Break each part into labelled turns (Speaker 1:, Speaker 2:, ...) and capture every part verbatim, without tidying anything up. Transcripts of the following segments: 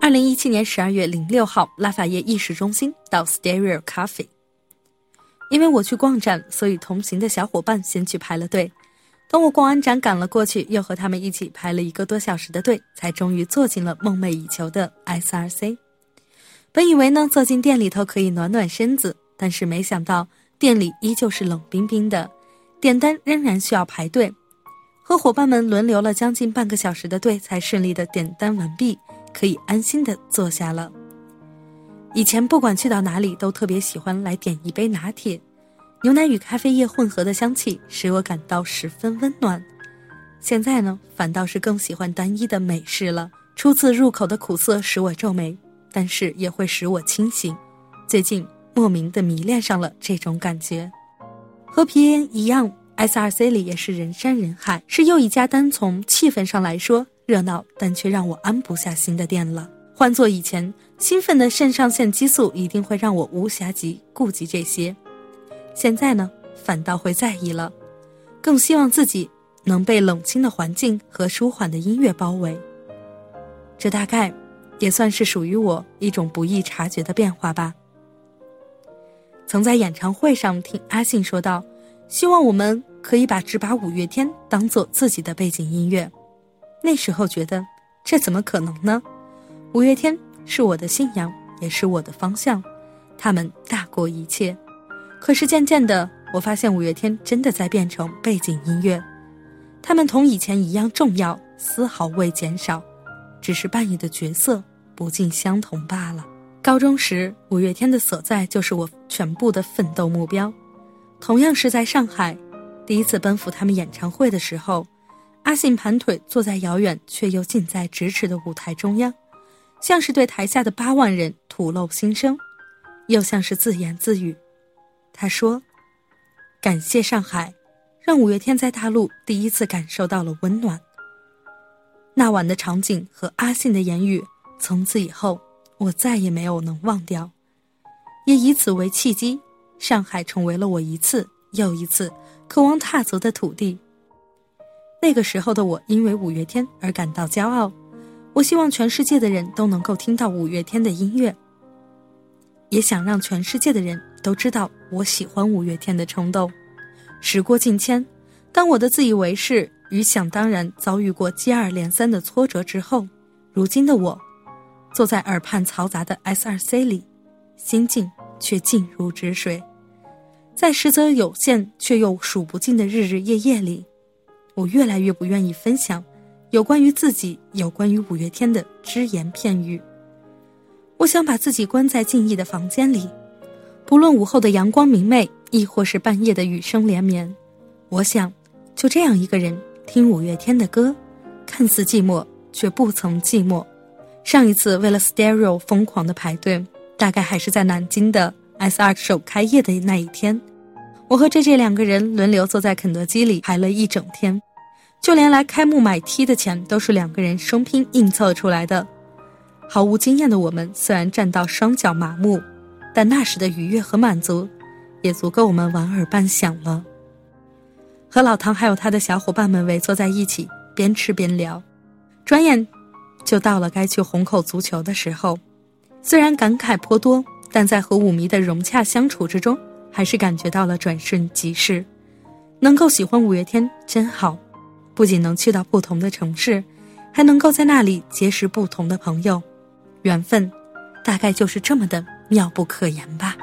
Speaker 1: 二零一七年十二月零六号，拉法叶意识中心到 Stereo Cafe。 因为我去逛展，所以同行的小伙伴先去排了队。等我逛完展赶了过去，又和他们一起排了一个多小时的队，才终于坐进了梦寐以求的 S R C。 本以为呢，坐进店里头可以暖暖身子，但是没想到店里依旧是冷冰冰的，点单仍然需要排队。和伙伴们轮流了将近半个小时的队，才顺利的点单完毕，可以安心的坐下了。以前不管去到哪里，都特别喜欢来点一杯拿铁，牛奶与咖啡液混合的香气使我感到十分温暖。现在呢，反倒是更喜欢单一的美式了。初次入口的苦涩使我皱眉，但是也会使我清醒。最近莫名的迷恋上了这种感觉。和皮炎一样， S R C 里也是人山人海，是又一家单从气氛上来说热闹，但却让我安不下心的店了。换做以前，兴奋的肾上腺激素一定会让我无暇及顾及这些。现在呢，反倒会在意了，更希望自己能被冷清的环境和舒缓的音乐包围。这大概也算是属于我一种不易察觉的变化吧。曾在演唱会上听阿信说道，希望我们可以把只把五月天当作自己的背景音乐。那时候觉得这怎么可能呢？五月天是我的信仰，也是我的方向，他们大过一切。可是渐渐的，我发现五月天真的在变成背景音乐，他们同以前一样重要，丝毫未减少，只是扮演的角色不尽相同罢了。高中时，五月天的所在就是我全部的奋斗目标。同样是在上海，第一次奔赴他们演唱会的时候，阿信盘腿坐在遥远却又近在咫尺的舞台中央，像是对台下的八万人吐露心声，又像是自言自语。他说，感谢上海，让五月天在大陆第一次感受到了温暖。那晚的场景和阿信的言语，从此以后我再也没有能忘掉，也以此为契机，上海成为了我一次又一次渴望踏足的土地。那个时候的我因为五月天而感到骄傲，我希望全世界的人都能够听到五月天的音乐，也想让全世界的人都知道我喜欢五月天的冲动。时过境迁，当我的自以为是与想当然遭遇过接二连三的挫折之后，如今的我坐在耳畔嘈杂的 S R C 里，心境却静如止水。在实则有限却又数不尽的日日夜夜里，我越来越不愿意分享有关于自己有关于五月天的只言片语。我想把自己关在静谧的房间里，不论午后的阳光明媚，亦或是半夜的雨声连绵，我想就这样一个人听五月天的歌，看似寂寞却不曾寂寞。上一次为了 Stereo 疯狂的排队，大概还是在南京的 S R 首开业的那一天，我和 J J 两个人轮流坐在肯德基里排了一整天，就连来开幕买 T 的钱都是两个人生拼硬凑出来的。毫无经验的我们虽然站到双脚麻木，但那时的愉悦和满足也足够我们莞尔半晌了。和老唐还有他的小伙伴们围坐在一起，边吃边聊，转眼就到了该去虹口足球的时候。虽然感慨颇多，但在和舞迷的融洽相处之中，还是感觉到了转瞬即逝。能够喜欢五月天真好，不仅能去到不同的城市，还能够在那里结识不同的朋友，缘分大概就是这么的妙不可言吧。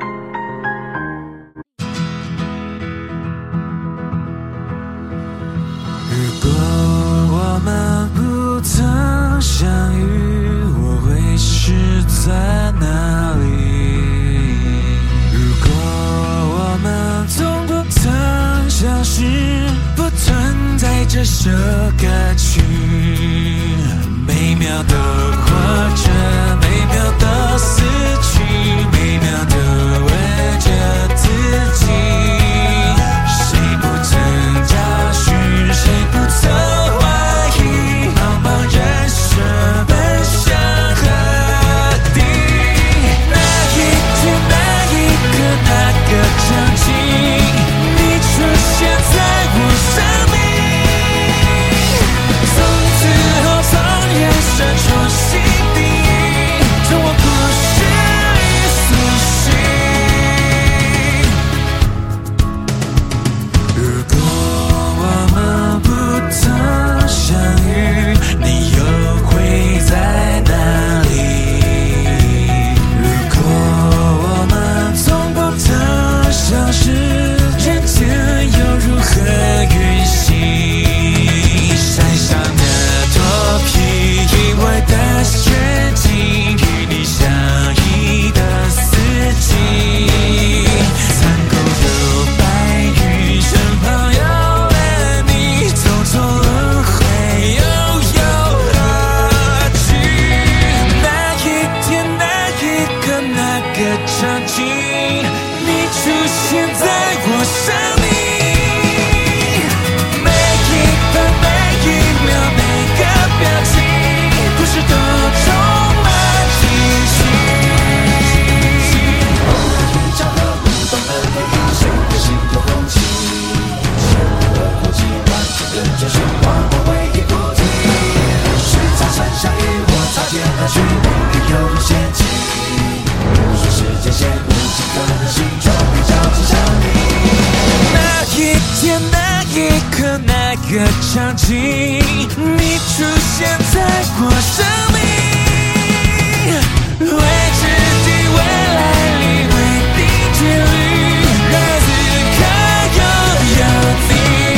Speaker 2: 如果我们不曾相遇，我会是在哪里？如果我们从不曾相识，不存在这首歌曲，美妙的活着，美妙的死去，美妙的问着自己，谁不曾找寻，谁不曾怀疑，茫茫人生奔向何地？那一天，那一刻，那个场景，你出现在我生命， 景，你出现在我生命，未知的未来里为定距离，让此刻拥有你。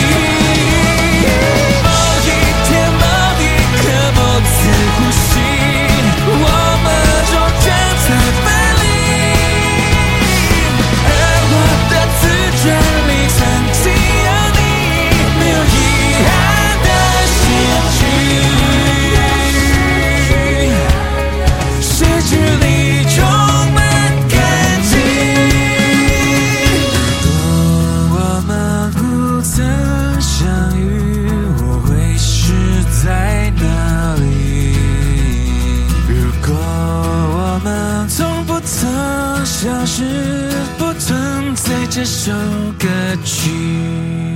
Speaker 2: 某一天某一刻某次呼吸，我们终将才分离，而我的自传里曾经有你，没有遗憾的结局，失去里充满感激。如果我们不曾相遇，我会是在哪里？如果我们从不曾消失，不存在这首歌曲。